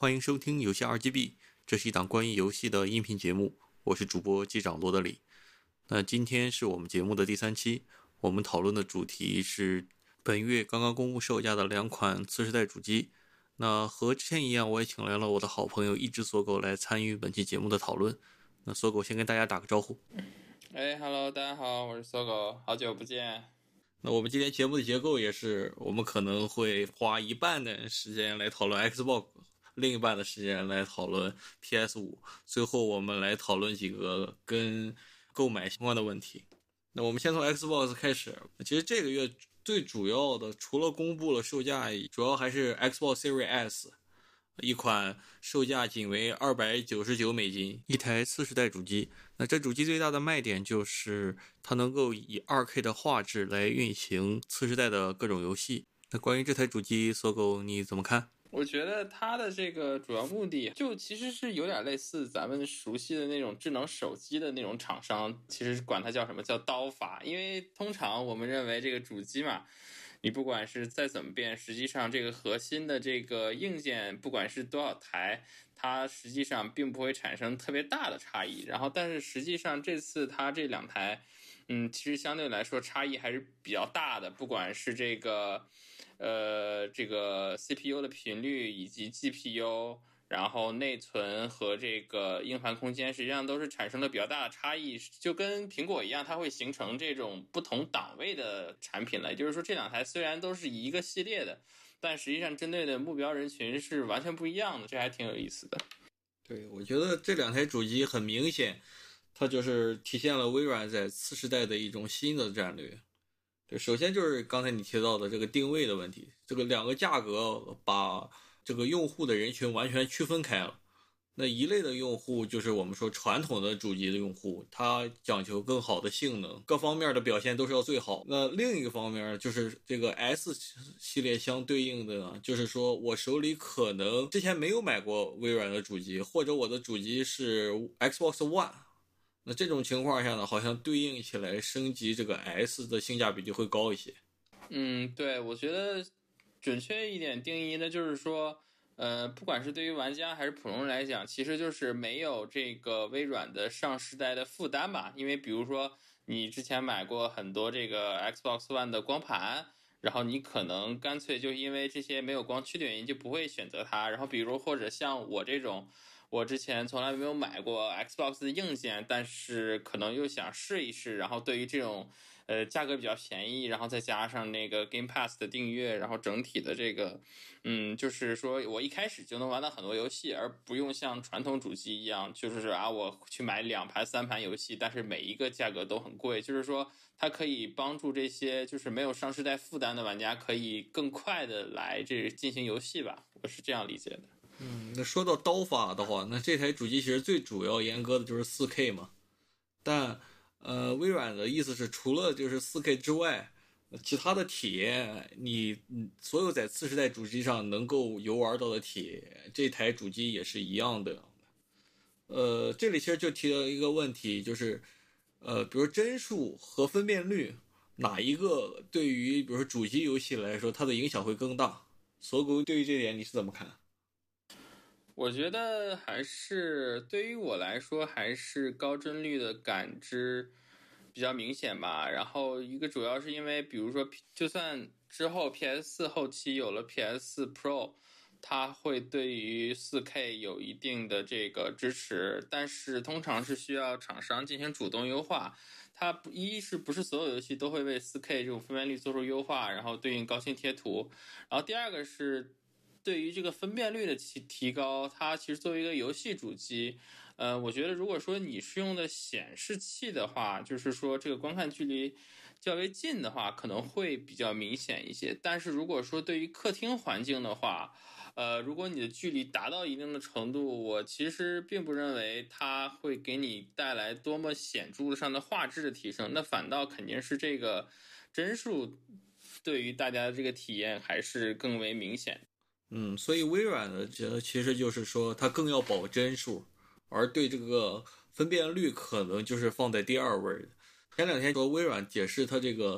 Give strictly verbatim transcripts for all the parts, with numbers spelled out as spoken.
欢迎收听游戏 二 G B， 这是一档关于游戏的音频节目，我是主播机长罗德里。那今天是我们节目的第三期，我们讨论的主题是本月刚刚公布售价的两款次世代主机。那和之前一样，我也请来了我的好朋友一只锁狗来参与本期节目的讨论。那锁狗先跟大家打个招呼。 哎 ，Hello， 大家好，我是锁狗，好久不见。 那我们今天节目的结构也是，我们可能会花一半的时间来讨论 Xbox， 另一半的时间来讨论 P S 五， 最后我们来讨论几个跟购买相关的问题。那我们先从 Xbox 开始。其实这个月最主要的，除了公布了售价，主要还是 Xbox Series S， 一款售价仅为二百九十九美金，一台次世代主机。那这主机最大的卖点就是它能够以 二 K 的画质来运行次世代的各种游戏。那关于这台主机，锁狗你怎么看？ 我觉得它的这个主要目的就其实是有点类似咱们熟悉的那种智能手机的那种厂商，其实管它叫什么叫刀法。因为通常我们认为这个主机嘛，你不管是再怎么变，实际上这个核心的这个硬件不管是多少台，它实际上并不会产生特别大的差异。然后但是实际上这次它这两台嗯，其实相对来说差异还是比较大的，不管是这个呃这个 C P U 的频率以及 G P U， 然后内存和这个硬盘空间实际上都是产生了比较大的差异，就跟苹果一样，它会形成这种不同档位的产品了。也就是说这两台虽然都是一个系列的，但实际上针对的目标人群是完全不一样的，这还挺有意思的。 对，我觉得这两台主机很明显它就是体现了微软在次世代的一种新的战略。对，首先就是刚才你提到的这个定位的问题，这个两个价格把这个用户的人群完全区分开了。那一类的用户就是我们说传统的主机的用户，他讲求更好的性能，各方面的表现都是要最好。那另一个方面就是这个 S 系列相对应的呢，就是说我手里可能之前没有买过微软的主机，或者我的主机是 Xbox One，那这种情况下呢，好像对应起来升级这个 S 的性价比就会高一些。 嗯，对，我觉得准确一点定义呢，就是说呃，不管是对于玩家还是普通人来讲，其实就是没有这个微软的上世代的负担吧。因为比如说你之前买过很多这个 Xbox One 的光盘，然后你可能干脆就因为这些没有光驱的原因就不会选择它。然后比如或者像我这种，我之前从来没有买过 Xbox 的硬件，但是可能又想试一试，然后对于这种呃价格比较便宜，然后再加上那个 Game Pass 的订阅，然后整体的这个嗯，就是说我一开始就能玩到很多游戏，而不用像传统主机一样，就是啊我去买两盘三盘游戏，但是每一个价格都很贵。就是说它可以帮助这些就是没有上世代负担的玩家可以更快的来这进行游戏吧，我是这样理解的。 嗯，那说到刀法的话，那这台主机其实最主要严格的就是 四 K 嘛。但呃，微软的意思是除了就是 四 K 之外，其他的体验你所有在次世代主机上能够游玩到的体验，这台主机也是一样的。呃，这里其实就提到一个问题，就是呃，比如帧数和分辨率哪一个对于比如说主机游戏来说它的影响会更大？锁狗对于这点你是怎么看？ 我觉得还是对于我来说，还是高帧率的感知比较明显吧。然后一个主要是因为，比如说，就算之后 P S 四 后期有了 P S 四 Pro， 它会对于 四 K 有一定的这个支持，但是通常是需要厂商进行主动优化。它一是不是所有游戏都会为 四 K 这种分辨率做出优化，然后对应高清贴图。然后第二个是对于这个分辨率的提提高，它其实作为一个游戏主机，呃，我觉得如果说你是用的显示器的话，就是说这个观看距离较为近的话，可能会比较明显一些。但是如果说对于客厅环境的话，呃，如果你的距离达到一定的程度，我其实并不认为它会给你带来多么显著上的画质的提升，那反倒肯定是这个帧数对于大家的这个体验还是更为明显。 嗯，所以微软的这其实就是说它更要保帧数，而对这个分辨率可能就是放在第二位的。前两天说微软解释它这个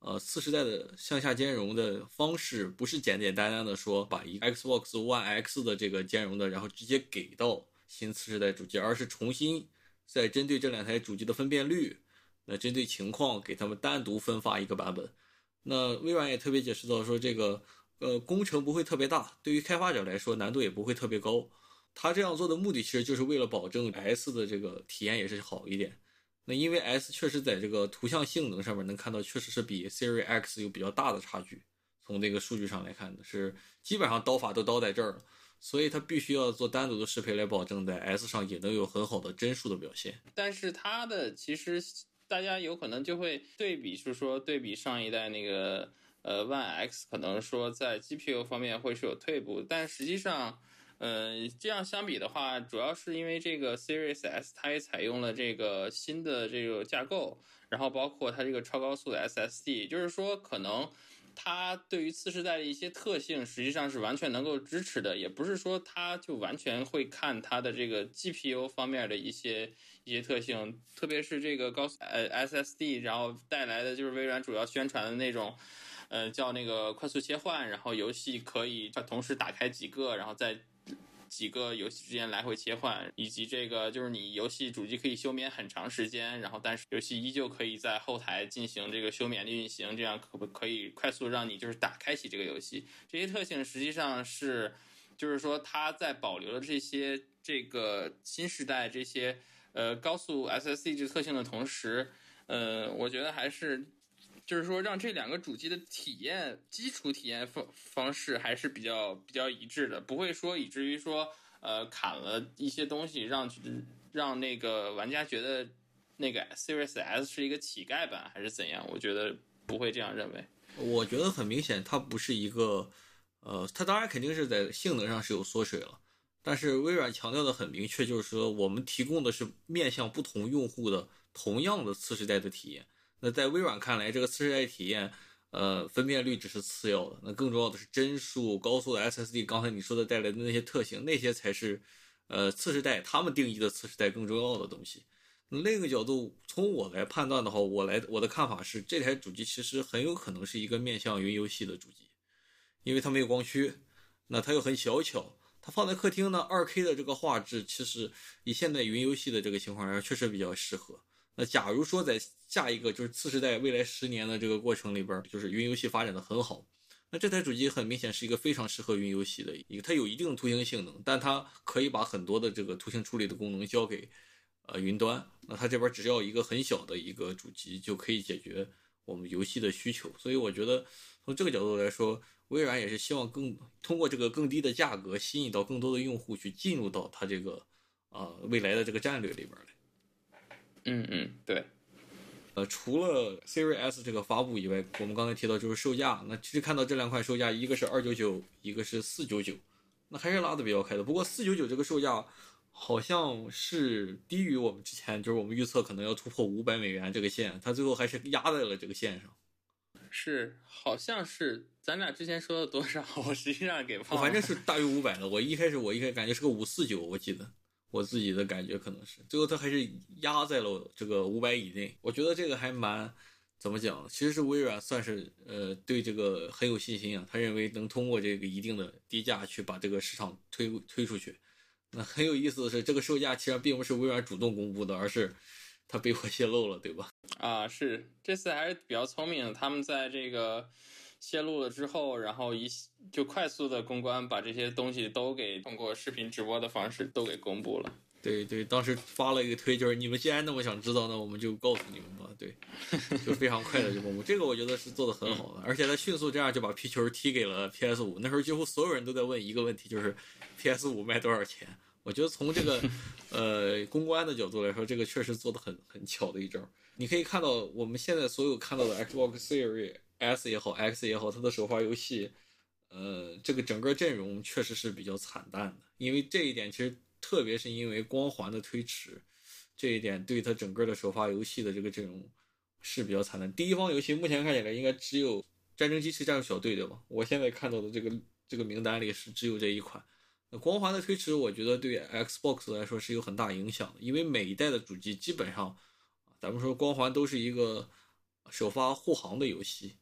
呃，次世代的向下兼容的方式不是简简单单的说把一个 Xbox One X 的这个兼容的，然后直接给到新次世代主机，而是重新再针对这两台主机的分辨率，那针对情况给他们单独分发一个版本。那微软也特别解释到说，这个呃工程不会特别大，对于开发者来说难度也不会特别高。他这样做的目的其实就是为了保证 S 的这个体验也是好一点。那因为 S 确实在这个图像性能上面能看到，确实是比 Series X 有比较大的差距。从这个数据上来看的是，基本上刀法都刀在这儿了，所以它必须要做单独的适配来保证在 S 上也能有很好的帧数的表现。 但是它的其实大家有可能就会对比，是说对比上一代那个呃 One X， 可能说在 G P U 方面会是有退步，但实际上。呃，这样相比的话，主要是因为这个 Series S 它也采用了这个新的这个架构，然后包括它这个超高速的 S S D， 就是说可能它对于次世代的一些特性实际上是完全能够支持的，也不是说它就完全会看它的这个 G P U 方面的一些一些特性，特别是这个高速呃 S S D， 然后带来的就是微软主要宣传的那种。呃，叫那个快速切换，然后游戏可以同时打开几个，然后再几个游戏之间来回切换，以及这个就是你游戏主机可以休眠很长时间，然后但是游戏依旧可以在后台进行这个休眠的运行，这样可不可以快速让你就是打开启这个游戏？这些特性实际上是，就是说它在保留了这些这个新时代这些呃高速 S S D 这特性的同时，呃，我觉得还是。就是说，让这两个主机的体验基础体验方方式还是比较比较一致的，不会说以至于说呃砍了一些东西，让让那个玩家觉得那个 Series S 是一个乞丐版还是怎样？我觉得不会这样认为。 我觉得很明显，它不是一个呃，它当然肯定是在性能上是有缩水了，但是微软强调的很明确，就是说我们提供的是面向不同用户的同样的次世代的体验。那在微软看来，这个次世代体验，呃，分辨率只是次要的，那更重要的是帧数、高速的 S S D， 刚才你说的带来的那些特性，那些才是，呃，次世代他们定义的次世代更重要的东西。那另一个角度，从我来判断的话，我来我的看法是，这台主机其实很有可能是一个面向云游戏的主机，因为它没有光驱，那它又很小巧，它放在客厅呢 ，二 K 的这个画质，其实以现在云游戏的这个情况来说，确实比较适合。那假如说在下一个就是次世代未来十年的这个过程里边，就是云游戏发展的很好，那这台主机很明显是一个非常适合云游戏的一个，它有一定的图形性能，但它可以把很多的这个图形处理的功能交给呃云端，那它这边只要一个很小的一个主机就可以解决我们游戏的需求，所以我觉得从这个角度来说，微软也是希望更通过这个更低的价格吸引到更多的用户去进入到它这个啊、呃、未来的这个战略里边来。 嗯嗯，对。 呃，除了 Series S 这个发布以外，我们刚才提到就是售价。那其实看到这两款售价，一个是二九九，一个是四九九，那还是拉的比较开的。不过四九九这个售价好像是低于我们之前就是我们预测可能要突破五百美元这个线，它最后还是压在了这个线上。 是，好像是咱俩之前说的多少，我实际上给忘了。 我反正是大于五百的。我一开始我一开始感觉是个五四九，我记得。我自己的感觉可能是，最后它还是压在了这个五百以内。我觉得这个还蛮怎么讲，其实是微软算是呃对这个很有信心啊，他认为能通过这个一定的低价去把这个市场推推出去。那很有意思的是，这个售价其实并不是微软主动公布的，而是它被迫泄露了，对吧？ 啊，是，这次还是比较聪明的，他们在这个泄露了之后，然后一就快速的公关，把这些东西都给通过视频直播的方式都给公布了。 对对，当时发了一个推，就是你们既然那么想知道，那我们就告诉你们吧。对，就非常快的就公布，这个我觉得是做的很好的，而且他迅速这样就把皮球踢给了 P S 五。那时候几乎所有人都在问一个问题，就是 P S 五卖多少钱？我觉得从这个呃公关的角度来说，这个确实做的很很巧的一招。你可以看到我们现在所有看到的 Xbox Series S 也好 X 也好，它的首发游戏，呃，这个整个阵容确实是比较惨淡的，因为这一点其实特别是因为光环的推迟，这一点对它整个的首发游戏的这个阵容是比较惨淡。第一方游戏目前看起来应该只有战争机器战术小队，对吧？我现在看到的这个这个名单里是只有这一款。那光环的推迟，我觉得对 Xbox 来说是有很大影响的，因为每一代的主机基本上，咱们说光环都是一个首发护航的游戏，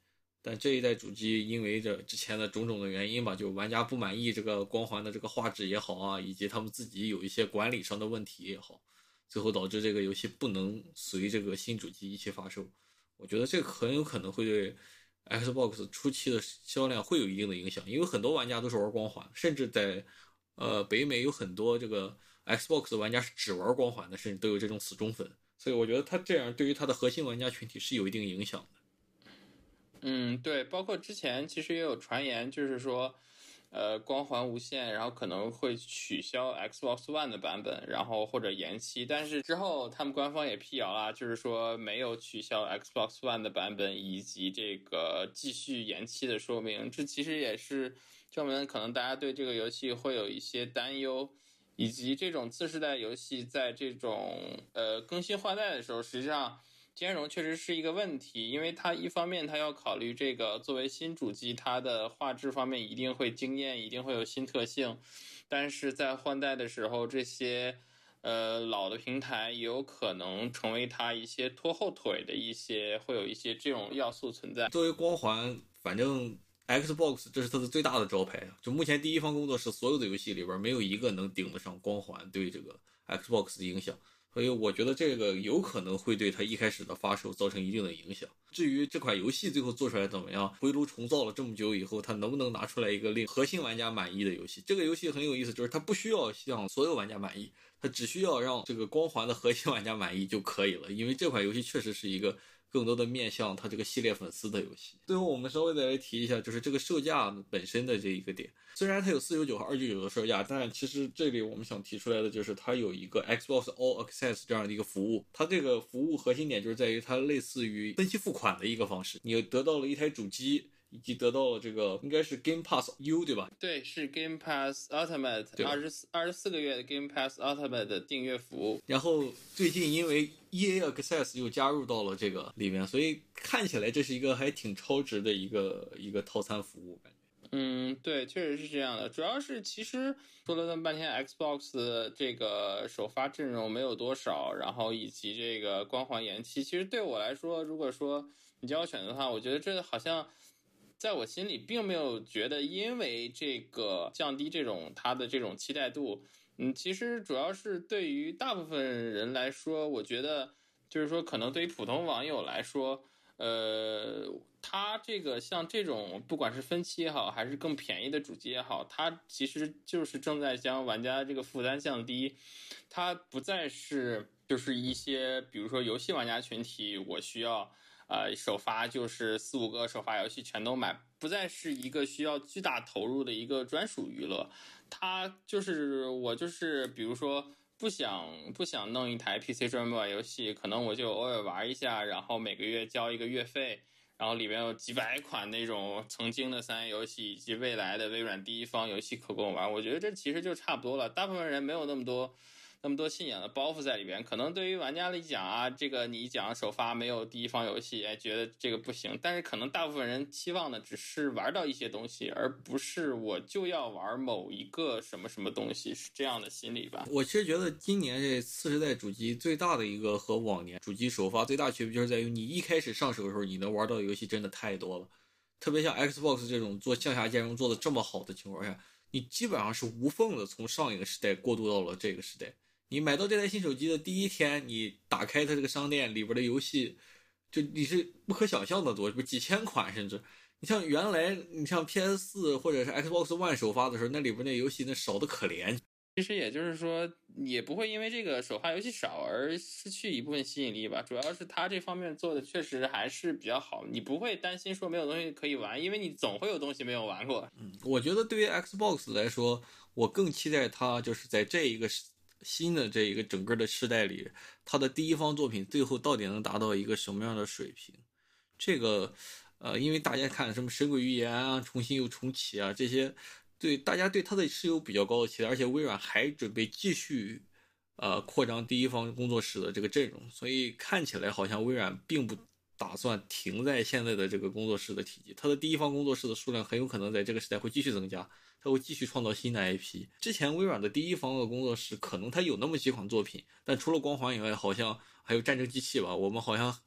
但这一代主机因为这之前的种种的原因吧，就玩家不满意这个光环的这个画质也好啊，以及他们自己有一些管理上的问题也好，最后导致这个游戏不能随这个新主机一起发售。我觉得这很有可能会对 Xbox 初期的销量会有一定的影响，因为很多玩家都是玩光环，甚至在呃北美有很多这个 Xbox 的玩家是只玩光环的，甚至都有这种死忠粉。所以我觉得它这样对于它的核心玩家群体是有一定影响的。 嗯，对，包括之前其实也有传言，就是说，呃，光环无限，然后可能会取消 Xbox One 的版本，然后或者延期。但是之后他们官方也辟谣啦，就是说没有取消 Xbox One 的版本以及这个继续延期的说明。这其实也是证明可能大家对这个游戏会有一些担忧，以及这种次世代游戏在这种呃更新换代的时候，实际上兼容确实是一个问题，因为它一方面它要考虑这个作为新主机，它的画质方面一定会惊艳，一定会有新特性，但是在换代的时候，这些呃老的平台也有可能成为它一些拖后腿的一些，会有一些这种要素存在。 作为光环，反正 Xbox 这是它的最大的招牌啊！就目前第一方工作室所有的游戏里边，没有一个能顶得上光环对这个 Xbox 的影响。所以我觉得这个有可能会对它一开始的发售造成一定的影响。至于这款游戏最后做出来怎么样，回炉重造了这么久以后，它能不能拿出来一个令核心玩家满意的游戏？这个游戏很有意思，就是它不需要让所有玩家满意，它只需要让这个光环的核心玩家满意就可以了。因为这款游戏确实是一个更多的面向它这个系列粉丝的游戏。最后我们稍微再来提一下，就是这个售价本身的这一个点。虽然它有四九九和二九九的售价，但其实这里我们想提出来的就是它有一个 Xbox All Access 这样的一个服务。它这个服务核心点就是在于它类似于分期付款的一个方式，你得到了一台主机，以及得到了这个应该是 Game Pass U 对吧？ 对，是 Game Pass Ultimate 二十四二十四个月的 Game Pass Ultimate 的订阅服务。 然后最近因为 E A Access 又加入到了这个里面，所以看起来这是一个还挺超值的一个一个套餐服务感觉。 嗯，对，确实是这样的。主要是其实说了那么半天 ，Xbox 这个首发阵容没有多少，然后以及这个光环延期，其实对我来说，如果说你叫我选择的话，我觉得这好像在我心里并没有觉得因为这个降低这种它的这种期待度。嗯，其实主要是对于大部分人来说，我觉得就是说，可能对于普通网友来说。呃，它这个像这种不管是分期也好，还是更便宜的主机也好，它其实就是正在将玩家这个负担降低。它不再是就是一些比如说游戏玩家群体，我需要呃首发就是四五个首发游戏全都买，不再是一个需要巨大投入的一个专属娱乐。它就是我就是比如说。不想不想弄一台 P C 专门玩游戏，可能我就偶尔玩一下，然后每个月交一个月费，然后里面有几百款那种曾经的三 A 游戏以及未来的微软第一方游戏可供玩。我觉得这其实就差不多了。大部分人没有那么多那么多信仰的包袱在里边，可能对于玩家来讲啊，这个你讲首发没有第一方游戏，哎，觉得这个不行。但是可能大部分人期望的只是玩到一些东西，而不是我就要玩某一个什么什么东西，是这样的心理吧。 我其实觉得今年这次世代主机最大的一个和往年主机首发最大区别就是在于你一开始上手的时候，你能玩到的游戏真的太多了。特别像 Xbox 这种做向下兼容做的这么好的情况下，你基本上是无缝的从上一个时代过渡到了这个时代。你买到这台新手机的第一天，你打开它这个商店里边的游戏，就你是不可想象的多，不几千款甚至。你像原来你像 P S 四 或者是 Xbox One 首发的时候，那里边那游戏那少的可怜。 其实也就是说，也不会因为这个首发游戏少而失去一部分吸引力吧。主要是它这方面做的确实还是比较好，你不会担心说没有东西可以玩，因为你总会有东西没有玩过。 嗯，我觉得对于 Xbox 来说，我更期待它就是在这一个新的这一个整个的时代里，它的第一方作品最后到底能达到一个什么样的水平？这个，呃，因为大家看什么《神鬼预言》啊，重新又重启啊，这些，对大家对它的是有比较高的期待，而且微软还准备继续，呃，扩张第一方工作室的这个阵容，所以看起来好像微软并不打算停在现在的这个工作室的体积，它的第一方工作室的数量很有可能在这个时代会继续增加。它会继续创造新的 I P。之前微软的第一方的工作室，可能它有那么几款作品，但除了光环以外，好像还有战争机器吧。我们好像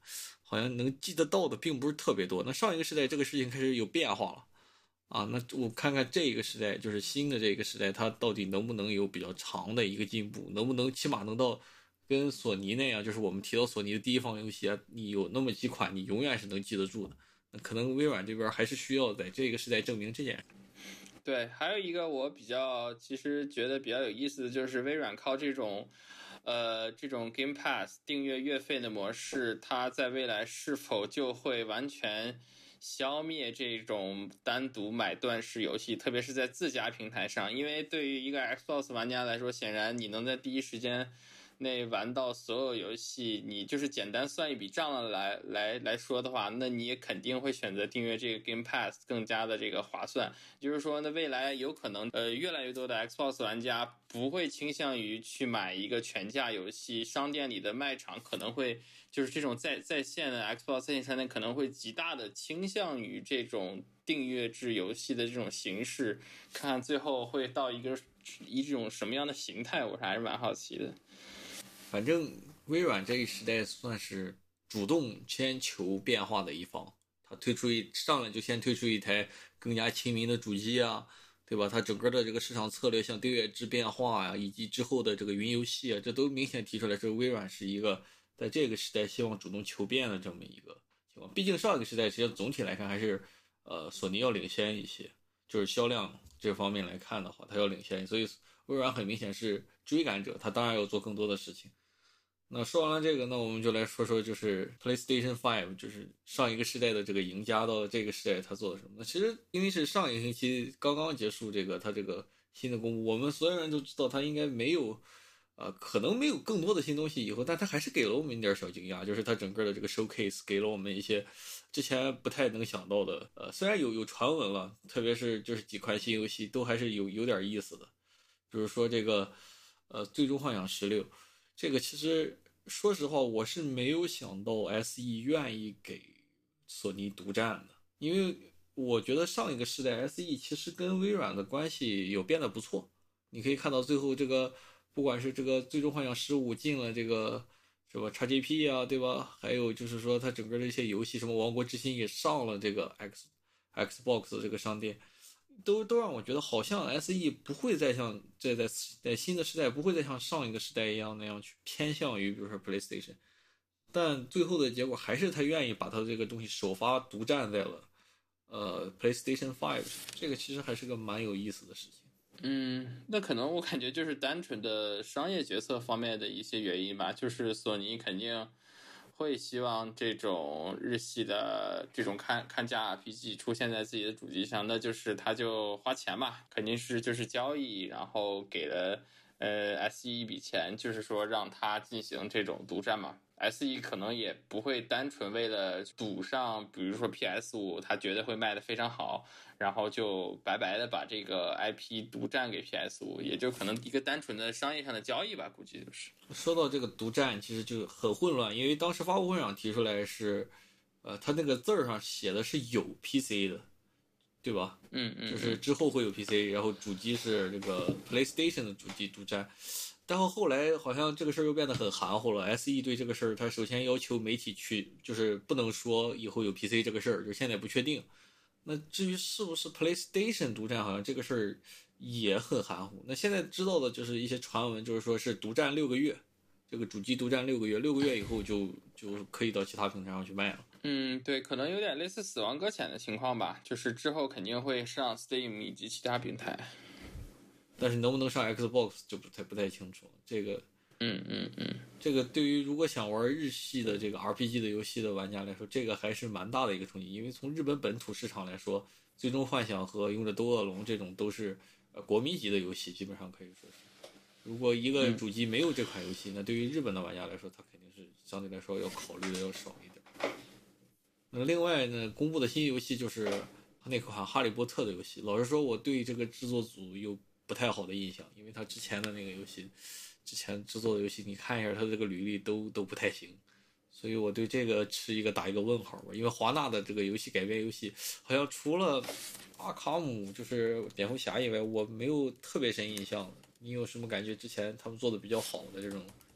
好像能记得到的并不是特别多。那上一个时代这个事情开始有变化了啊，那我看看这个时代，就是新的这个时代，它到底能不能有比较长的一个进步，能不能起码能到跟索尼那样，就是我们提到索尼的第一方游戏啊，你有那么几款你永远是能记得住的。那可能微软这边还是需要在这个时代证明这件事。 对，还有一个我比较其实觉得比较有意思的就是微软靠这种，呃，这种 Game Pass 订阅月费的模式，它在未来是否就会完全消灭这种单独买断式游戏，特别是在自家平台上？因为对于一个 Xbox 玩家来说，显然你能在第一时间内玩到所有游戏，你就是简单算一笔账来来来说的话，那你也肯定会选择订阅这个 Game Pass 更加的这个划算。就是说呢，未来有可能呃越来越多的 Xbox 玩家不会倾向于去买一个全价游戏，商店里的卖场可能会就是这种在在线的 Xbox 在线商店可能会极大的倾向于这种订阅制游戏的这种形式，看看最后会到一个一种什么样的形态，我还是蛮好奇的。 反正微软这一时代算是主动先求变化的一方，它推出一上来就先推出一台更加亲民的主机啊，对吧？它整个的这个市场策略，像订阅制变化呀、啊，以及之后的这个云游戏啊，这都明显提出来，是微软是一个在这个时代希望主动求变的这么一个情况。毕竟上一个时代，其实总体来看还是呃索尼要领先一些，就是销量这方面来看的话，它要领先，所以微软很明显是追赶者，它当然要做更多的事情。那说完了这个，那我们就来说说，就是 PlayStation 五，就是上一个时代的这个赢家到这个时代他做了什么。那其实因为是上一个星期刚刚结束这个他这个新的公布，我们所有人都知道他应该没有，呃，可能没有更多的新东西以后，但他还是给了我们一点小惊讶，就是他整个的这个 showcase 给了我们一些之前不太能想到的，呃，虽然有有传闻了，特别是就是几款新游戏都还是有有点意思的，比如说这个，呃，最终幻想十六。这个其实说实话，我是没有想到 S E 愿意给索尼独占的，因为我觉得上一个时代 S E 其实跟微软的关系有变得不错。你可以看到最后这个，不管是这个最终幻想十五进了这个什么 X G P 啊，对吧？还有就是说它整个的一些游戏，什么王国之心也上了这个 X Xbox 这个商店。都都让我觉得好像 S E 不会再像这在在新的时代不会再像上一个时代一样那样去偏向于比如说 PlayStation， 但最后的结果还是他愿意把他这个东西首发独占在了呃 PlayStation 五，这个其实还是个蛮有意思的事情。 嗯，那可能我感觉就是单纯的商业决策方面的一些原因吧，就是索尼肯定会希望这种日系的这种看看家 R P G 出现在自己的主机上，那就是他就花钱嘛，肯定是就是交易，然后给了呃 S E 一笔钱，就是说让他进行这种独占嘛。S E 可能也不会单纯为了赌上，比如说 P S 五，它绝对会卖得非常好，然后就白白的把这个 I P 独占给 P S 五，也就可能一个单纯的商业上的交易吧，估计就是。 说到这个独占，其实就很混乱，因为当时发布会上提出来是，呃，他那个字儿上写的是有 P C 的，对吧？ 嗯嗯， 就是之后会有 P C，然后主机是这个 PlayStation 的主机独占。但后后来好像这个事儿又变得很含糊了。S E 对这个事儿，他首先要求媒体去，就是不能说以后有 P C 这个事儿，就现在不确定。那至于是不是 PlayStation 独占，好像这个事儿也很含糊。那现在知道的就是一些传闻，就是说是独占六个月，这个主机独占六个月，六个月以后就就可以到其他平台上去卖了。 嗯，对，可能有点类似死亡搁浅的情况吧，就是之后肯定会上 Steam 以及其他平台。 但是能不能上 Xbox 就不太不太清楚了。这个， 嗯嗯嗯， 这个对于如果想玩日系的这个 R P G 的游戏的玩家来说，这个还是蛮大的一个冲击。因为从日本本土市场来说，《最终幻想》和《勇者斗恶龙》这种都是呃国民级的游戏，基本上可以说是。如果一个主机没有这款游戏，那对于日本的玩家来说，他肯定是相对来说要考虑的要少一点。那另外呢，公布的新游戏就是那款《哈利波特》的游戏。老实说，我对这个制作组有不太好的印象，因为他之前的那个游戏，之前制作的游戏，你看一下他这个履历都都不太行，所以我对这个持一个打一个问号吧。因为华纳的这个游戏改编游戏，好像除了阿卡姆就是蝙蝠侠以外，我没有特别深印象的。你有什么感觉？之前他们做的比较好的这种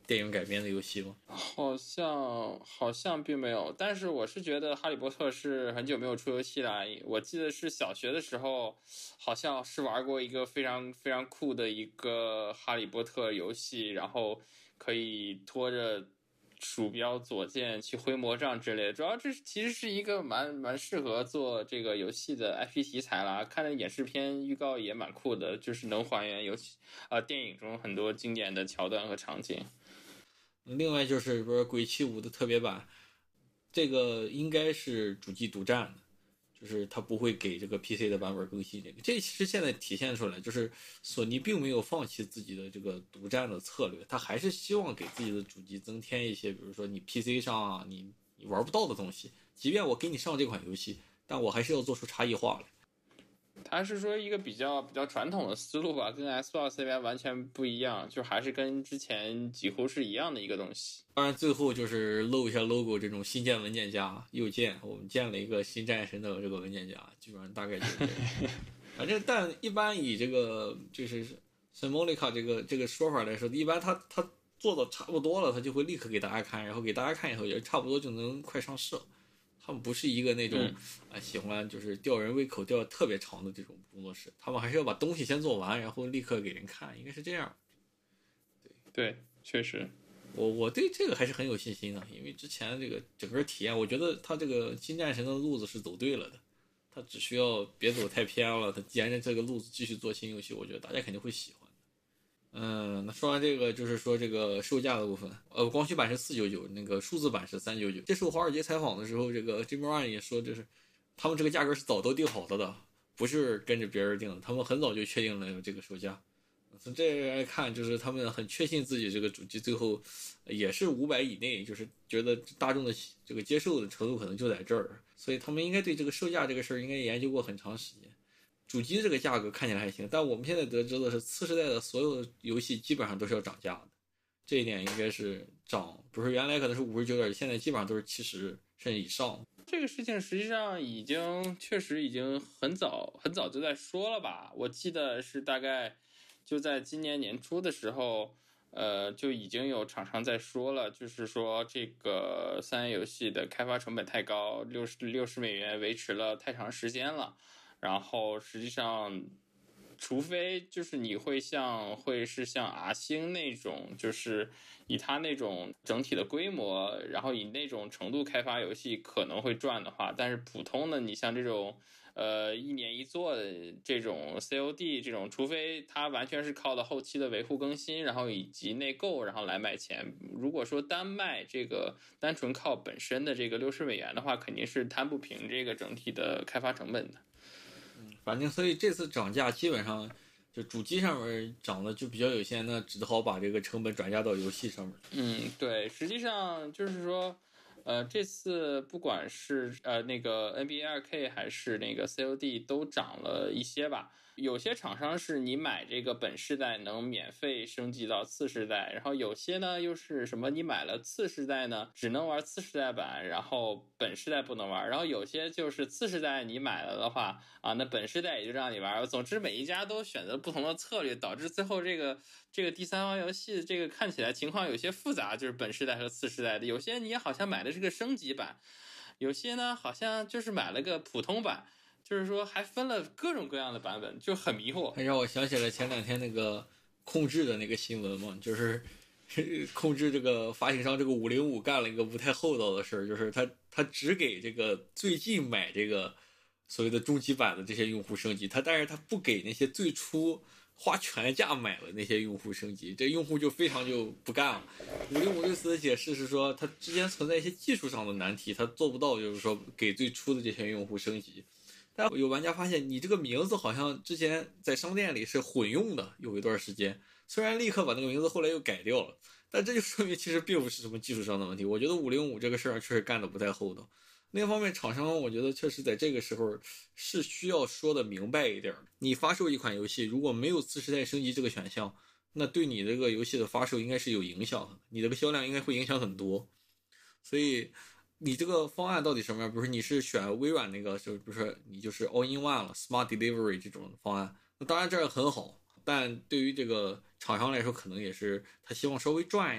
电影改编的游戏吗？ 好像好像并没有，但是我是觉得哈利波特是很久没有出游戏了。我记得是小学的时候，好像是玩过一个非常非常酷的一个哈利波特游戏，然后可以拖着鼠标左键去挥魔杖之类的。主要这其实是一个蛮蛮适合做这个游戏的 I P 题材啦。看了演示片预告也蛮酷的，就是能还原游戏啊、呃、电影中很多经典的桥段和场景。 另外就是不是鬼泣五的特别版，这个应该是主机独占的，就是它不会给这个 P C 的版本更新。这个这其实现在体现出来，就是索尼并没有放弃自己的这个独占的策略，它还是希望给自己的主机增添一些，比如说你 P C 上啊，你你玩不到的东西，即便我给你上这款游戏，但我还是要做出差异化来。 他是说一个比较比较传统的思路吧，跟 Xbox 那边完全不一样，就还是跟之前几乎是一样的一个东西。 当然最后就是露一下 logo 这种新建文件夹，右键我们建了一个新战神的这个文件夹，基本上大概就是这样。反正但一般以这个就是 Symbolica 这个这个说法来说，一般他他做的差不多了，他就会立刻给大家看，然后给大家看以后也差不多就能快上市了。他们不是一个那种、嗯、啊喜欢就是吊人胃口吊特别长的这种工作室，他们还是要把东西先做完，然后立刻给人看，应该是这样。 对对，确实， 我我对这个还是很有信心的，因为之前这个整个体验，我觉得他这个新战神的路子是走对了的，他只需要别走太偏了，他沿着这个路子继续做新游戏，我觉得大家肯定会喜欢。嗯，那说完这个，就是说这个售价的部分，呃，光驱版是四九九，那个数字版是三九九。接受华尔街采访的时候，这个 Jim Ryan 也说，就是他们这个价格是早都定好了的，不是跟着别人定的，他们很早就确定了这个售价。从这来看，就是他们很确信自己这个主机最后也是五百以内，就是觉得大众的这个接受的程度可能就在这儿，所以他们应该对这个售价这个事儿应该研究过很长时间。主机这个价格看起来还行，但我们现在得知的是，次世代的所有游戏基本上都是要涨价的，这一点应该是涨，不是原来可能是五十九点，现在基本上都是七十甚至以上。 这个事情实际上已经确实已经很早很早就在说了吧？我记得是大概就在今年年初的时候，呃，就已经有厂商在说了，就是说这个三 A 游戏的开发成本太高，六十六十美元维持了太长时间了。然后实际上，除非就是你会像会是像 R 星那种，就是以它那种整体的规模，然后以那种程度开发游戏可能会赚的话，但是普通的你像这种呃一年一做的这种 C O D 这种，除非它完全是靠的后期的维护更新，然后以及内购然后来卖钱。如果说单卖这个单纯靠本身的这个六十美元的话，肯定是摊不平这个整体的开发成本的。 反正所以这次涨价基本上就主机上面涨的就比较有限，那只好把这个成本转嫁到游戏上面。 嗯，对，实际上就是说，呃，这次不管是呃那个 N B A 二 K 还是那个 C O D 都涨了一些吧。有些厂商是你买这个本世代能免费升级到次世代，然后有些呢又是什么你买了次世代呢只能玩次世代版，然后本世代不能玩，然后有些就是次世代你买了的话啊，那本世代也就让你玩。总之每一家都选择不同的策略，导致最后这个这个第三方游戏这个看起来情况有些复杂，就是本世代和次世代的，有些你好像买的是个升级版，有些呢好像就是买了个普通版。就是说还分了各种各样的版本，就很迷惑。 还让我想起了前两天那个控制的那个新闻嘛，就是控制这个发行商这个五零五干了一个不太厚道的事儿，就是他他只给这个最近买这个所谓的终极版的这些用户升级，他但是他不给那些最初花全价买了那些用户升级，这用户就非常就不干了。五零五对此的解释是说，它之间存在一些技术上的难题，它做不到就是说给最初的这些用户升级。但有玩家发现，你这个名字好像之前在商店里是混用的，有一段时间，虽然立刻把那个名字后来又改掉了，但这就说明其实并不是什么技术上的问题。我觉得五零五这个事儿确实干得不太厚道。另一方面，厂商我觉得确实在这个时候是需要说的明白一点。你发售一款游戏，如果没有次世代升级这个选项，那对你这个游戏的发售应该是有影响的，你这个销量应该会影响很多。所以你这个方案到底什么样？比如说你是选微软那个，就不是你就是 all in one 了 ，smart delivery 这种方案，那当然这很好，但对于这个厂商来说，可能也是他希望稍微赚一点。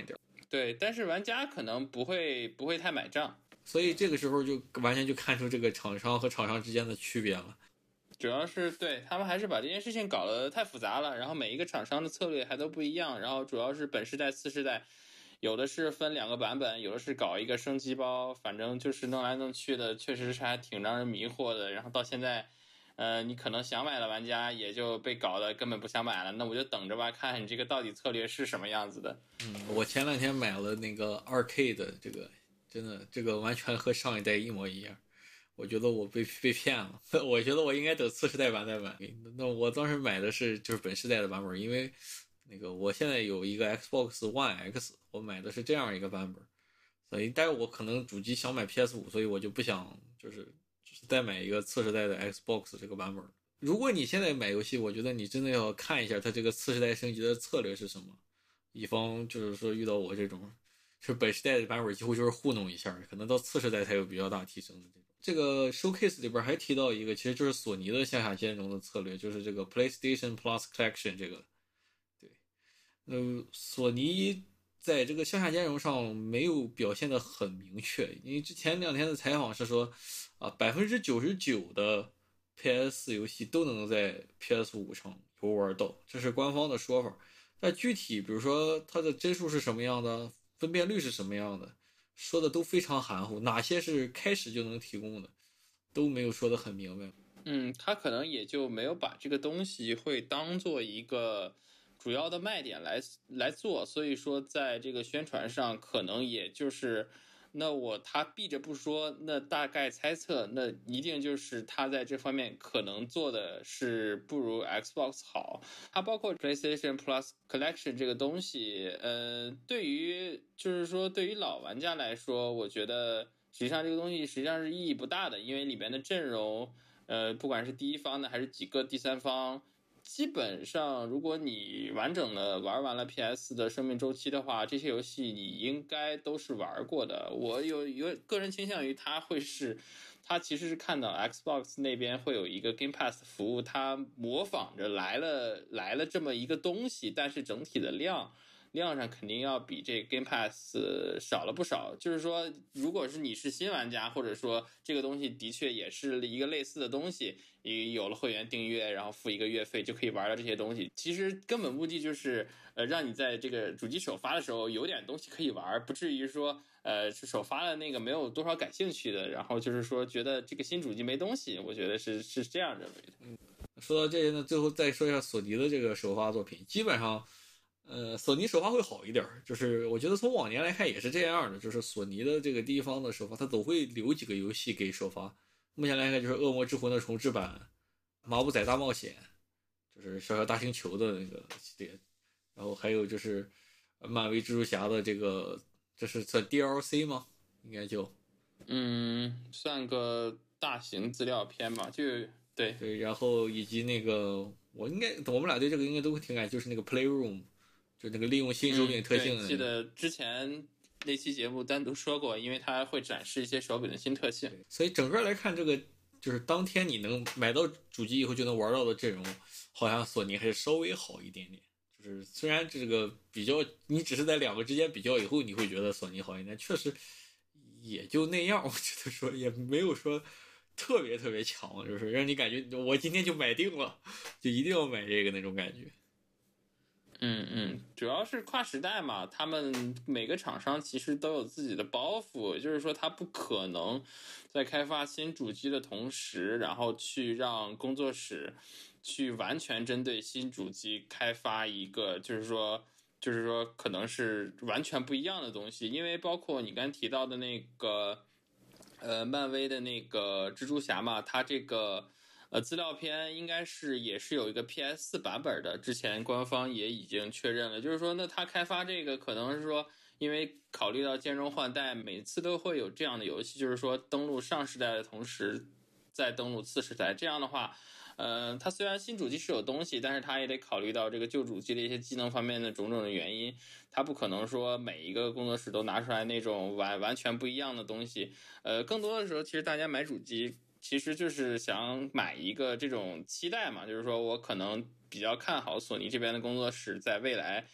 对，但是玩家可能不会不会太买账， 所以这个时候就完全就看出这个厂商和厂商之间的区别了。 主要是对他们还是把这件事情搞得太复杂了，然后每一个厂商的策略还都不一样，然后主要是本世代、次世代，有的是分两个版本，有的是搞一个升级包，反正就是弄来弄去的，确实是还挺让人迷惑的。然后到现在。呃，你可能想买的玩家也就被搞得根本不想买了，那我就等着吧，看看你这个到底策略是什么样子的。 嗯，我前两天买了那个二 K 的这个，真的这个完全和上一代一模一样。我觉得我被被骗了，我觉得我应该等次世代版再买。那我当时买的是就是本世代的版本，因为那个我现在有一个 Xbox One X， 我买的是这样一个版本，所以但是我可能主机想买 P S 五，所以我就不想就是就是再买一个次世代的 Xbox 这个版本。如果你现在买游戏，我觉得你真的要看一下它这个次世代升级的策略是什么，以防就是说遇到我这种是本世代的版本几乎就是糊弄一下，可能到次世代才有比较大提升的这种。这个 showcase 里边还提到一个，其实就是索尼的向下兼容的策略，就是这个 PlayStation Plus Collection 这个。对，呃，索尼在这个向下兼容上没有表现得很明确，因为之前两天的采访是说，啊，百分之九十九的 P S 游戏都能在 P S 五上游玩到，这是官方的说法。但具体比如说它的帧数是什么样的，分辨率是什么样的，说的都非常含糊，哪些是开始就能提供的，都没有说得很明白。 嗯，他可能也就没有把这个东西会当做一个主要的卖点来来做，所以说在这个宣传上，可能也就是。那我他避着不说，那大概猜测，那一定就是他在这方面可能做的是不如 Xbox 好。它包括 PlayStation Plus Collection 这个东西，呃，对于就是说对于老玩家来说，我觉得实际上这个东西实际上是意义不大的，因为里面的阵容，呃，不管是第一方的还是几个第三方。基本上，如果你完整的玩完了 P S 的生命周期的话，这些游戏你应该都是玩过的。我有有个人倾向于它会是，它其实是看到 Xbox 那边会有一个 Game Pass 服务，它模仿着来了来了这么一个东西，但是整体的量。量上肯定要比这 Game Pass 少了不少，就是说，如果是你是新玩家，或者说这个东西的确也是一个类似的东西，你有了会员订阅，然后付一个月费就可以玩到这些东西。其实根本目的就是，呃，让你在这个主机首发的时候有点东西可以玩，不至于说，呃，是首发的那个没有多少感兴趣的，然后就是说觉得这个新主机没东西，我觉得是是这样认为的。 嗯，说到这些呢，最后再说一下索尼的这个首发作品，基本上。呃，索尼首发会好一点，就是我觉得从往年来看也是这样的，就是索尼的这个第一方的首发，它总会留几个游戏给首发。目前来看，就是《恶魔之魂》的重置版，《马布仔大冒险》，就是小小大星球的那个系列，然后还有就是漫威蜘蛛侠的这个，这是算 D L C 吗？应该就， 嗯，算个大型资料片吧，就对对，然后以及那个，我应该我们俩对这个应该都挺感，就是那个 Playroom。就那个利用新手柄特性的、那个嗯、记得之前那期节目单独说过，因为它会展示一些手柄的新特性， 所以整个来看，这个就是当天你能买到主机以后就能玩到的阵容，好像索尼还是稍微好一点点。就是虽然这个比较，你只是在两个之间比较以后，你会觉得索尼好一点，确实也就那样。我觉得说也没有说特别特别强，就是让你感觉我今天就买定了，就一定要买这个那种感觉。 嗯嗯，主要是跨时代嘛，他们每个厂商其实都有自己的包袱，就是说他不可能在开发新主机的同时，然后去让工作室去完全针对新主机开发一个，就是说，就是说可能是完全不一样的东西，因为包括你刚提到的那个，呃，漫威的那个蜘蛛侠嘛，它这个。呃，资料片应该是也是有一个 P S 四 版本的，之前官方也已经确认了。就是说，那他开发这个可能是说，因为考虑到兼容换代，每次都会有这样的游戏，就是说登录上世代的同时再登录次世代。这样的话，呃，它虽然新主机是有东西，但是它也得考虑到这个旧主机的一些机能方面的种种的原因，它不可能说每一个工作室都拿出来那种完完全不一样的东西。呃，更多的时候，其实大家买主机。其实就是想买一个这种期待嘛，就是说我可能比较看好索尼这边的工作室在未来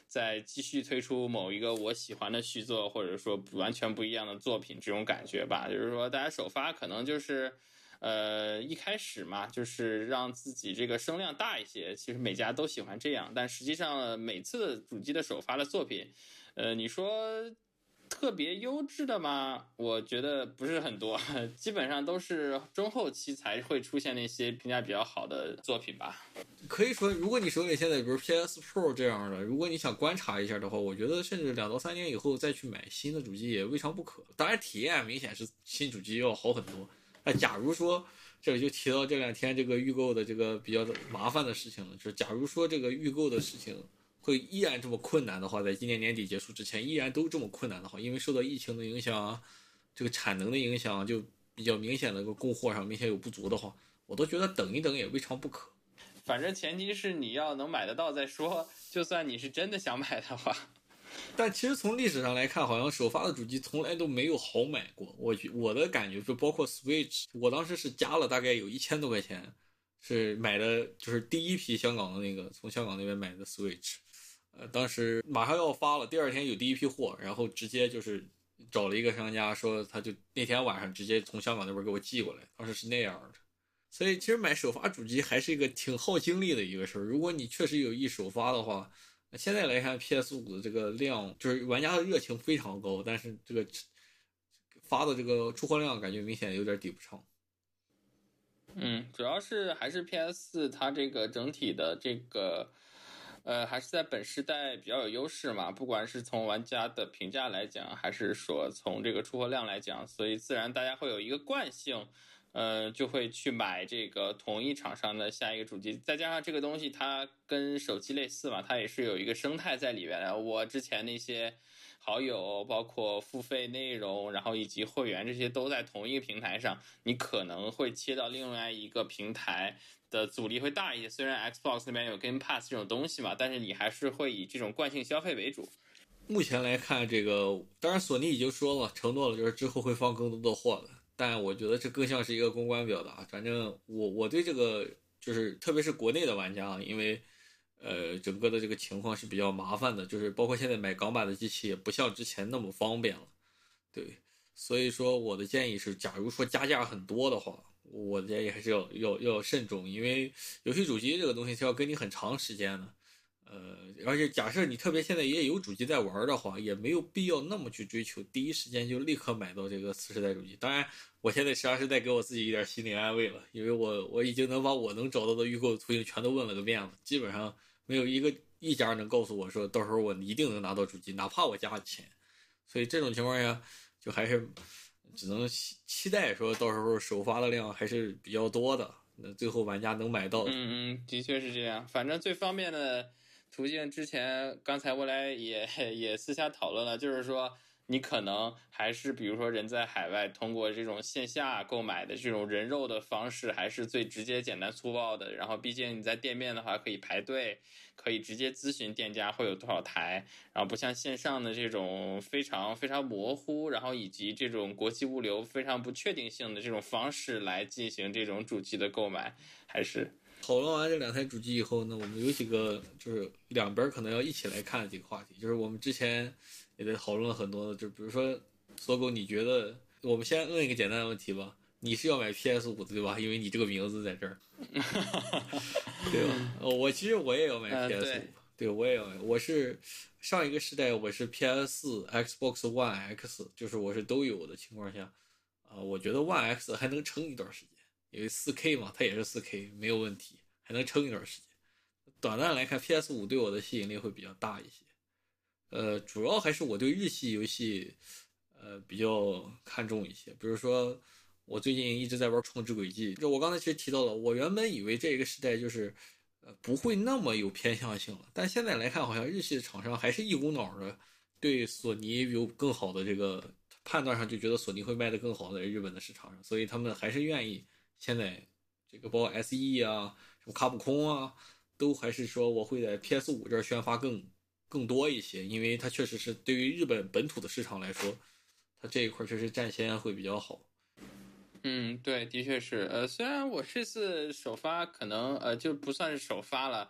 再继续推出某一个我喜欢的续作，或者说完全不一样的作品，这种感觉吧。就是说，大家首发可能就是，呃，一开始嘛，就是让自己这个声量大一些。其实每家都喜欢这样，但实际上每次主机的首发的作品，呃，你说特别优质的吗？我觉得不是很多，基本上都是中后期才会出现那些评价比较好的作品吧。 可以说，如果你手里现在比如 P S Pro 这样的，如果你想观察一下的话，我觉得甚至两到三年以后再去买新的主机也未尝不可。当然，体验明显是新主机要好很多。那假如说这里就提到这两天这个预购的这个比较麻烦的事情了，就是假如说这个预购的事情会依然这么困难的话，在今年年底结束之前依然都这么困难的话，因为受到疫情的影响，这个产能的影响就比较明显的个供货上明显有不足的话，我都觉得等一等也未尝不可。 反正前提是你要能买得到再说，就算你是真的想买的话。 但其实从历史上来看，好像首发的主机从来都没有好买过。我我的感觉就包括 Switch， 我当时是加了大概有一千多块钱，是买的就是第一批香港的那个从香港那边买的 Switch。呃，当时马上要发了，第二天有第一批货，然后直接就是找了一个商家说，他就那天晚上直接从香港那边给我寄过来，当时是那样的。所以其实买首发主机还是一个挺耗精力的一个事儿。如果你确实有意首发的话，现在来看 P S 五 的这个量，就是玩家的热情非常高，但是这个发的这个出货量感觉明显有点抵不上。 嗯，主要是还是 P S 四 它这个整体的这个。呃，还是在本世代比较有优势嘛，不管是从玩家的评价来讲，还是说从这个出货量来讲，所以自然大家会有一个惯性，呃，就会去买这个同一厂商的下一个主机。再加上这个东西它跟手机类似嘛，它也是有一个生态在里边的。我之前那些好友，包括付费内容，然后以及会员这些都在同一个平台上，你可能会切到另外一个平台的阻力会大一些。虽然 Xbox 那边有 Game Pass 这种东西嘛，但是你还是会以这种惯性消费为主。 目前来看，这个当然索尼已经说了，承诺了，就是之后会放更多的货的。但我觉得这更像是一个公关表达。反正我我对这个就是特别是国内的玩家，因为呃整个的这个情况是比较麻烦的，就是包括现在买港版的机器也不像之前那么方便了。对，所以说我的建议是，假如说加价很多的话，我的建议还是要要要慎重，因为游戏主机这个东西是要跟你很长时间的。呃，而且假设你特别现在也有主机在玩的话，也没有必要那么去追求第一时间就立刻买到这个次世代主机。当然，我现在实际上是在给我自己一点心理安慰了，因为我我已经能把我能找到的预购途径全都问了个遍了，基本上没有一个一家能告诉我说到时候我一定能拿到主机，哪怕我加钱。所以这种情况下，就还是只能期待说到时候首发的量还是比较多的，那最后玩家能买到的。 嗯嗯，的确是这样。反正最方便的途径，之前刚才我来也也私下讨论了，就是说你可能还是比如说人在海外，通过这种线下购买的这种人肉的方式，还是最直接、简单、粗暴的。然后毕竟你在店面的话，可以排队，可以直接咨询店家会有多少台，然后不像线上的这种非常非常模糊，然后以及这种国际物流非常不确定性的这种方式来进行这种主机的购买，还是。 讨论完这两台主机以后呢，我们有几个就是两边可能要一起来看的几个话题，就是我们之前也在讨论了很多的，就比如说搜狗，你觉得我们先问一个简单的问题吧，你是要买 P S 五 的对吧？因为你这个名字在这儿，对吧？我其实我也要买 P S 五、呃、对, 对我也要买，我是上一个时代我是 P S 四 Xbox One X， 就是我是都有的情况下，啊、呃，我觉得 One X 还能撑一段时间。因为 四 K 嘛，它也是 四 K， 没有问题，还能撑一段时间。短暂来看 P S 五 对我的吸引力会比较大一些。呃，主要还是我对日系游戏呃比较看重一些。比如说，我最近一直在玩《创之轨迹》，就我刚才其实提到了，我原本以为这个时代就是呃不会那么有偏向性了，但现在来看，好像日系的厂商还是一股脑的对索尼有更好的这个判断上，就觉得索尼会卖得更好在日本的市场上，所以他们还是愿意。现在这个包括 S E 啊，什么卡普空啊，都还是说我会在 P S 五 这儿宣发更更多一些，因为它确实是对于日本本土的市场来说，它这一块确实占先会比较好。 嗯，对，的确是。呃，虽然我这次首发可能呃就不算是首发了，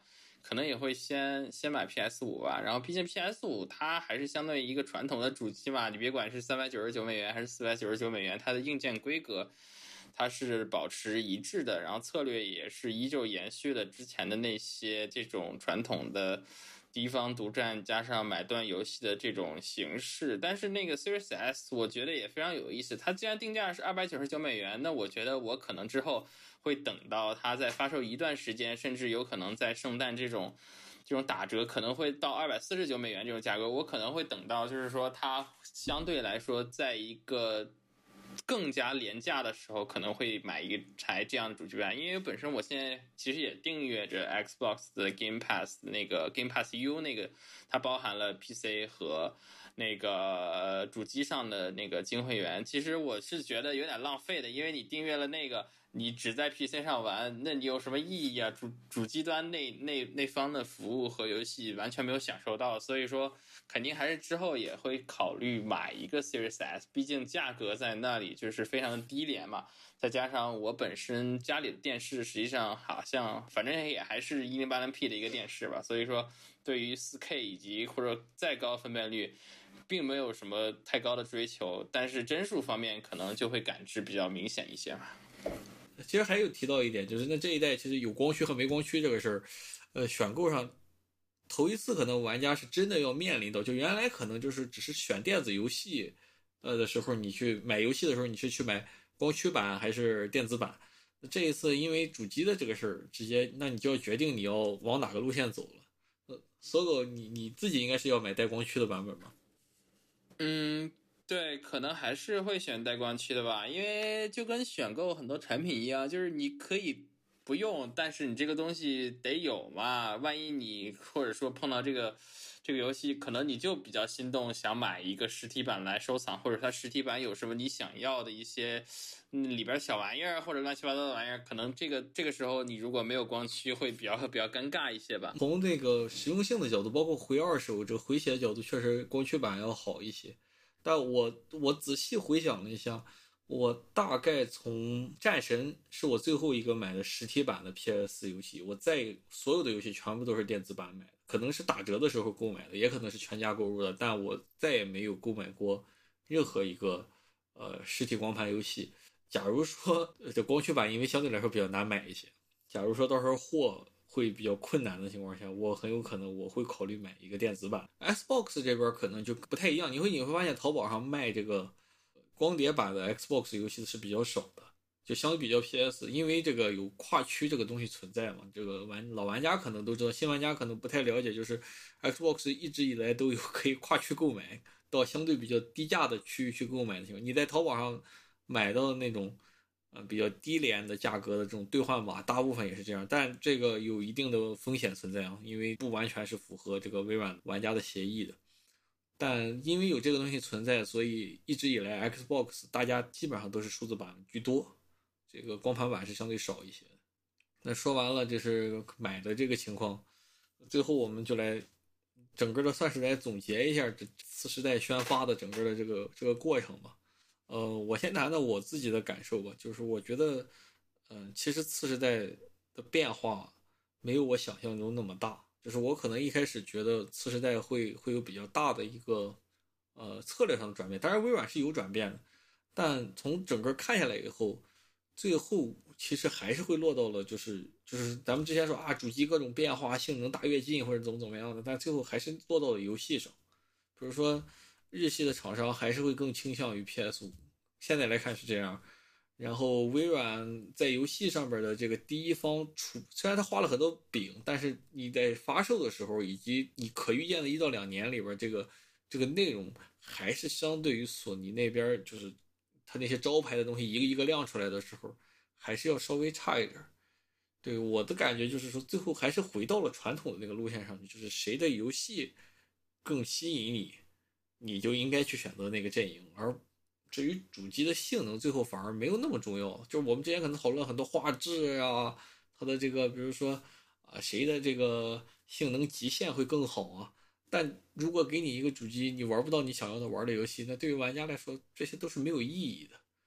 可能也会先先买 P S 五 吧。然后毕竟 P S 五 它还是相对于一个传统的主机嘛，你别管是三百九十九美元还是四百九十九美元，它的硬件规格它是保持一致的，然后策略也是依旧延续了之前的那些这种传统的第一方独占加上买断游戏的这种形式。但是那个 Series S 我觉得也非常有意思，它既然定价是二百九十九美元，那我觉得我可能之后会等到它在发售一段时间，甚至有可能在圣诞这种这种打折可能会到二百四十九美元这种价格，我可能会等到就是说它相对来说在一个更加廉价的时候可能会买一台这样的主机版。因为本身我现在其实也订阅着 Xbox 的 Game Pass， 那个 Game Pass U 那个它包含了 P C 和那个主机上的那个金会员。其实我是觉得有点浪费的，因为你订阅了那个你只在 P C 上玩，那你有什么意义啊？主主机端那那那方的服务和游戏完全没有享受到，所以说肯定还是之后也会考虑买一个 Series S， 毕竟价格在那里就是非常的低廉嘛。再加上我本身家里的电视实际上好像反正也还是一零八零 P 的一个电视吧，所以说对于 四 K 以及或者再高分辨率并没有什么太高的追求，但是帧数方面可能就会感知比较明显一些嘛。 其实还有提到一点，就是那这一代其实有光驱和没光驱这个事儿，呃，选购上头一次可能玩家是真的要面临到，就原来可能就是只是选电子游戏，呃的时候，你去买游戏的时候，你是去买光驱版还是电子版？这一次因为主机的这个事儿，直接那你就要决定你要往哪个路线走了。呃，搜狗你你自己应该是要买带光驱的版本吗？ 嗯，对，可能还是会选带光驱的吧，因为就跟选购很多产品一样，就是你可以不用，但是你这个东西得有嘛。万一你或者说碰到这个这个游戏，可能你就比较心动，想买一个实体版来收藏，或者它实体版有什么你想要的一些嗯里边小玩意儿或者乱七八糟的玩意儿，可能这个这个时候你如果没有光驱，会比较比较尴尬一些吧。 从这个实用性的角度，包括回二手这个回血的角度，确实光驱版要好一些。但我我仔细回想了一下，我大概从战神是我最后一个买的实体版的 P S 游戏，我再所有的游戏全部都是电子版买的，可能是打折的时候购买的，也可能是全家购入的，但我再也没有购买过任何一个呃实体光盘游戏。假如说这光驱版因为相对来说比较难买一些，假如说到时候货会比较困难的情况下，我很有可能我会考虑买一个电子版。Xbox 这边可能就不太一样，你会你会发现淘宝上卖这个光碟版的 Xbox 游戏是比较少的，就相对比较 P S， 因为这个有跨区这个东西存在嘛。这个玩老玩家可能都知道，新玩家可能不太了解，就是 Xbox 一直以来都有可以跨区购买到相对比较低价的区域去购买的情况。你在淘宝上买到那种呃，比较低廉的价格的这种兑换码，大部分也是这样，但这个有一定的风险存在啊，因为不完全是符合这个微软玩家的协议的。但因为有这个东西存在，所以一直以来 Xbox 大家基本上都是数字版居多，这个光盘版是相对少一些的。那说完了就是买的这个情况，最后我们就来整个的算是来总结一下这次世代宣发的整个的这个这个过程吧。呃，我先谈谈我自己的感受吧，就是我觉得，嗯、呃，其实次世代的变化没有我想象中那么大。就是我可能一开始觉得次世代会会有比较大的一个呃策略上的转变，当然微软是有转变的，但从整个看下来以后，最后其实还是会落到了就是就是咱们之前说啊，主机各种变化，性能大跃进或者怎么怎么样的，但最后还是落到了游戏上。比如说日系的厂商还是会更倾向于 P S 五，现在来看是这样。然后微软在游戏上边的这个第一方出，虽然它画了很多饼，但是你在发售的时候，以及你可预见的一到两年里边，这个这个内容还是相对于索尼那边，就是它那些招牌的东西一个一个亮出来的时候，还是要稍微差一点。对我的感觉就是说，最后还是回到了传统的那个路线上去，就是谁的游戏更吸引你，你就应该去选择那个阵营，而至于主机的性能，最后反而没有那么重要。就是我们之前可能讨论很多画质啊，它的这个，比如说啊，谁的这个性能极限会更好啊？但如果给你一个主机，你玩不到你想要的玩的游戏，那对于玩家来说，这些都是没有意义的。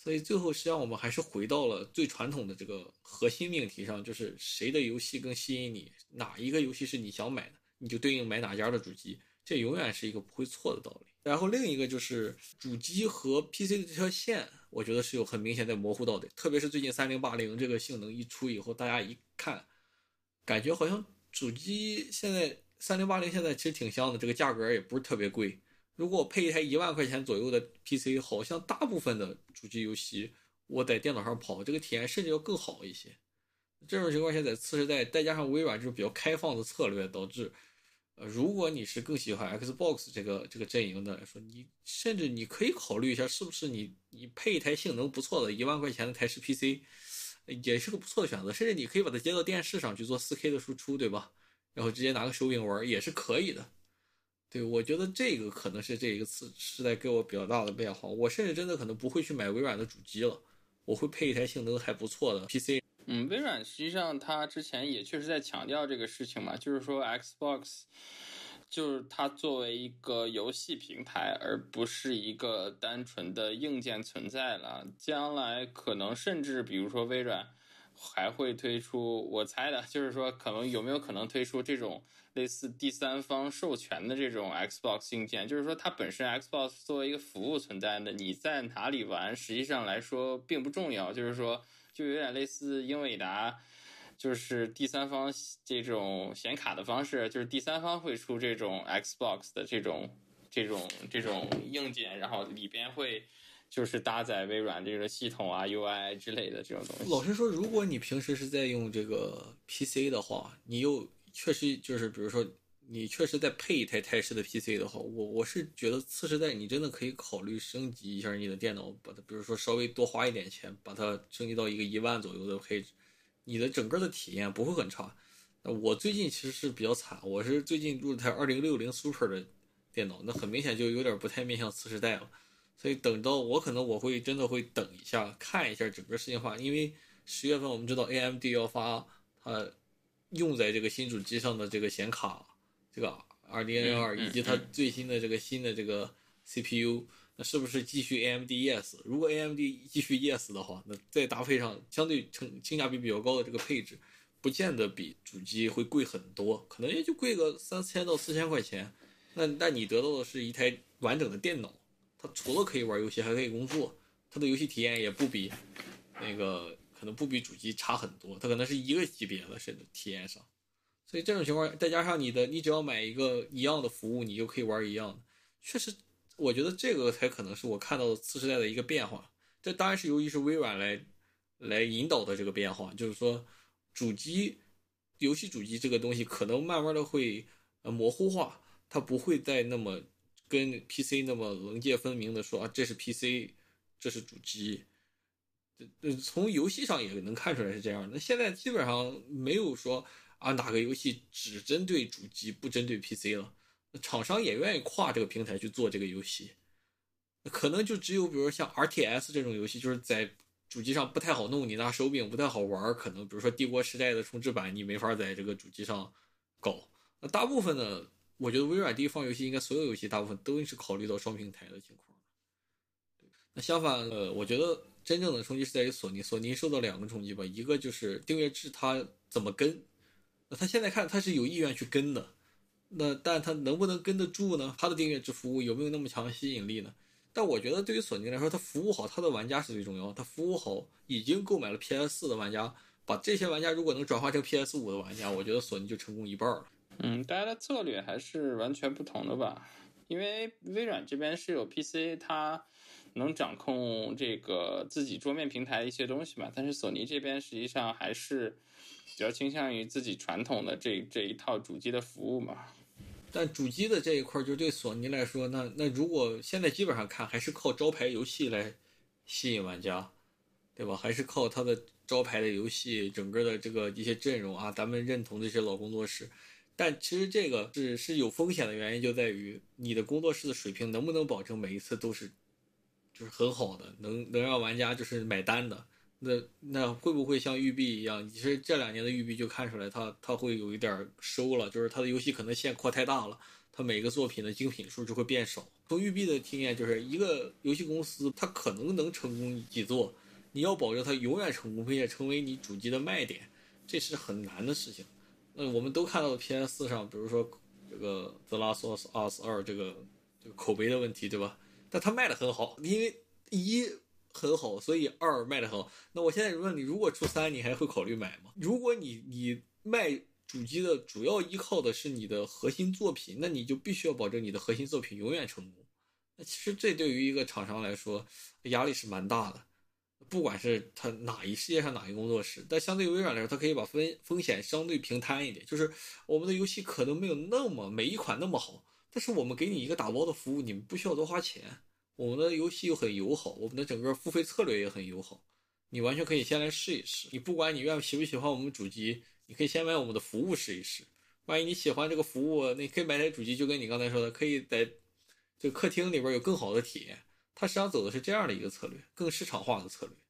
所以最后实际上我们还是回到了最传统的这个核心命题上，就是谁的游戏更吸引你，哪一个游戏是你想买的，你就对应买哪家的主机，这永远是一个不会错的道理。然后另一个就是主机和 P C 的这条线，我觉得是有很明显在模糊到的，特别是最近三零八零这个性能一出以后，大家一看，感觉好像主机现在三零八零现在其实挺香的，这个价格也不是特别贵。如果我配一台一万块钱左右的 P C， 好像大部分的主机游戏我在电脑上跑，这个体验甚至要更好一些。这种情况下，在次世代再加上微软这种比较开放的策略，导致，呃，如果你是更喜欢 Xbox 这个这个阵营的来说，你甚至你可以考虑一下，是不是你你配一台性能不错的一万块钱的台式 P C， 也是个不错的选择。甚至你可以把它接到电视上去做 四 K 的输出，对吧？然后直接拿个手柄玩也是可以的。对，我觉得这个可能是这一个次时代给我比较大的变化。我甚至真的可能不会去买微软的主机了，我会配一台性能还不错的 P C。 嗯，微软实际上它之前也确实在强调这个事情嘛，就是说 Xbox 就是它作为一个游戏平台，而不是一个单纯的硬件存在了。将来可能甚至比如说微软还会推出，我猜的就是说可能有没有可能推出这种类似第三方授权的这种 Xbox 硬件，就是说它本身 Xbox 作为一个服务存在的，你在哪里玩实际上来说并不重要，就是说就有点类似英伟达就是第三方这种显卡的方式，就是第三方会出这种 Xbox 的这种这种这种硬件，然后里边会就是搭载微软这个系统啊 U I 之类的这种东西。 老实说，如果你平时是在用这个 P C 的话，你又确实就是比如说你确实在配一台台式的 P C 的话，我我是觉得次世代你真的可以考虑升级一下你的电脑，把它比如说稍微多花一点钱，把它升级到一个一万左右的配置，你的整个的体验不会很差。我最近其实是比较惨，我是最近入了台二零六零 Super 的电脑，那很明显就有点不太面向次世代了。所以等到我可能我会真的会等一下，看一下整个事情化，因为十月份我们知道 A M D 要发它用在这个新主机上的这个显卡，这个 二零零二以及它最新的这个新的这个 C P U， 那是不是继续 A M D Yes？ 如果 A M D 继续 Yes 的话，那再搭配上相对成性价比比较高的这个配置，不见得比主机会贵很多，可能也就贵个三千到四千块钱。那那你得到的是一台完整的电脑。它除了可以玩游戏，还可以工作，它的游戏体验也不比那个可能不比主机差很多，它可能是一个级别的，甚至体验上。所以这种情况，再加上你的，你只要买一个一样的服务，你就可以玩一样的。确实，我觉得这个才可能是我看到的次世代的一个变化。这当然是由于是微软来来引导的这个变化，就是说主机游戏主机这个东西可能慢慢的会呃模糊化，它不会再那么。跟 P C 那么棱界分明的说啊，这是 P C， 这是主机，从游戏上也能看出来是这样的。现在基本上没有说啊哪个游戏只针对主机不针对 P C 了，厂商也愿意跨这个平台去做这个游戏，可能就只有比如说像 R T S 这种游戏，就是在主机上不太好弄，你拿手柄不太好玩，可能比如说帝国时代的重置版你没法在这个主机上搞。那大部分的我觉得微软第一方游戏应该所有游戏大部分都是考虑到双平台的情况。那相反，呃，我觉得真正的冲击是在于索尼，索尼受到两个冲击吧，一个就是订阅制它怎么跟，那他现在看他是有意愿去跟的，那但他能不能跟得住呢？他的订阅制服务有没有那么强的吸引力呢？但我觉得对于索尼来说，他服务好他的玩家是最重要的，他服务好已经购买了 P S 四 的玩家，把这些玩家如果能转化成 P S 五 的玩家，我觉得索尼就成功一半了。 嗯，大家的策略还是完全不同的吧？因为微软这边是有 P C， 它能掌控这个自己桌面平台一些东西嘛，但是索尼这边实际上还是比较倾向于自己传统的这这一套主机的服务嘛。 但主机的这一块，就对索尼来说，那那如果现在基本上看还是靠招牌游戏来吸引玩家，对吧？还是靠它的招牌的游戏，整个的这个一些阵容啊，咱们认同的这些老工作室。但其实这个是是有风险的原因，就在于你的工作室的水平能不能保证每一次都是就是很好的，能能让玩家就是买单的。那那会不会像育碧一样？其实这两年的育碧就看出来它它会有一点收了，就是它的游戏可能线扩太大了， 它每个作品的精品数就会变少。从育碧的经验就是，一个游戏公司它可能能成功几座，你要保证它永远成功并且成为你主机的卖点，这是很难的事情。那我们都看到了 P S 四 上，比如说这个 The Last of Us 二这个这个口碑的问题，对吧？但它卖的很好，因为一很好，所以二卖的很好。那我现在问你，如果出三，你还会考虑买吗？如果你你卖主机的主要依靠的是你的核心作品，那你就必须要保证你的核心作品永远成功。那其实这对于一个厂商来说压力是蛮大的，不管是他哪一世界上哪一个工作室，但相对于微软来说，它可以把风风险相对平摊一点，就是我们的游戏可能没有那么每一款那么好，但是我们给你一个打包的服务，你们不需要多花钱，我们的游戏又很友好，我们的整个付费策略也很友好，你完全可以先来试一试。你不管你愿喜不喜欢我们主机，你可以先买我们的服务试一试。万一你喜欢这个服务，那你可以买台主机，就跟你刚才说的，可以在这个客厅里边有更好的体验。它实际上走的是这样的一个策略，更市场化的策略。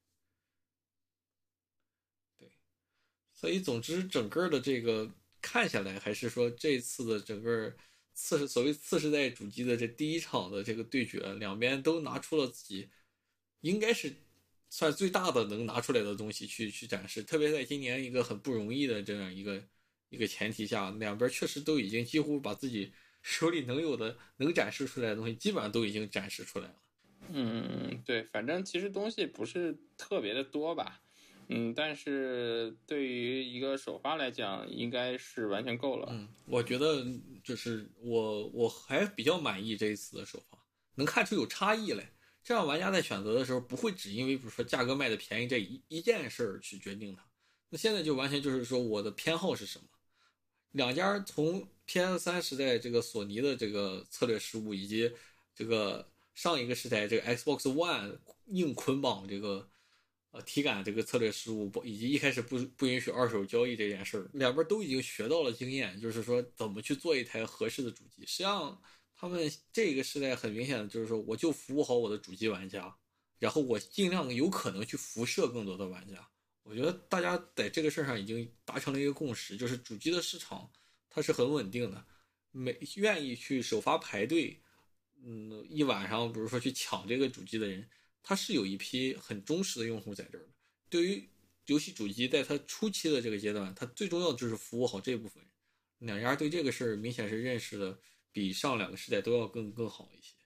对，所以总之整个的这个看下来，还是说这次的整个次世所谓次世代主机的这第一场的这个对决，两边都拿出了自己应该是算最大的能拿出来的东西去去展示，特别在今年一个很不容易的这样一个一个前提下，两边确实都已经几乎把自己手里能有的能展示出来的东西基本上都已经展示出来了。 嗯，对，反正其实东西不是特别的多吧，嗯，但是对于一个首发来讲，应该是完全够了。 嗯，我觉得就是我我还比较满意这一次的首发，能看出有差异来。这样玩家在选择的时候不会只因为比如说价格卖的便宜这一一件事儿去决定它。那现在就完全就是说我的偏好是什么。两家从 P S 三 时代这个索尼的这个策略失误，以及这个上一个时代这个 Xbox One 硬捆绑这个呃体感这个策略失误，以及一开始不不允许二手交易这件事儿，两边都已经学到了经验，就是说怎么去做一台合适的主机。实际上他们这个时代很明显的就是说，我就服务好我的主机玩家，然后我尽量有可能去辐射更多的玩家。我觉得大家在这个事儿上已经达成了一个共识，就是主机的市场它是很稳定的，每愿意去首发排队，嗯，一晚上比如说去抢这个主机的人，他是有一批很忠实的用户在这儿的。对于游戏主机在它初期的这个阶段，它最重要的就是服务好这部分人。两家对这个事儿明显是认识的比上两个时代都要更更好一些。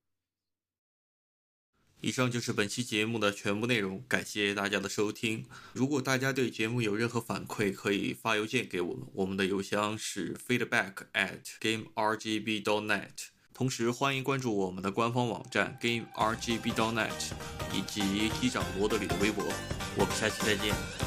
以上就是本期节目的全部内容，感谢大家的收听。如果大家对节目有任何反馈，可以发邮件给我们，我们的邮箱是 feedback at game r g b dot net。同时欢迎关注我们的官方网站 game r g b dot net 以及机长罗德里的微博。我们下期再见。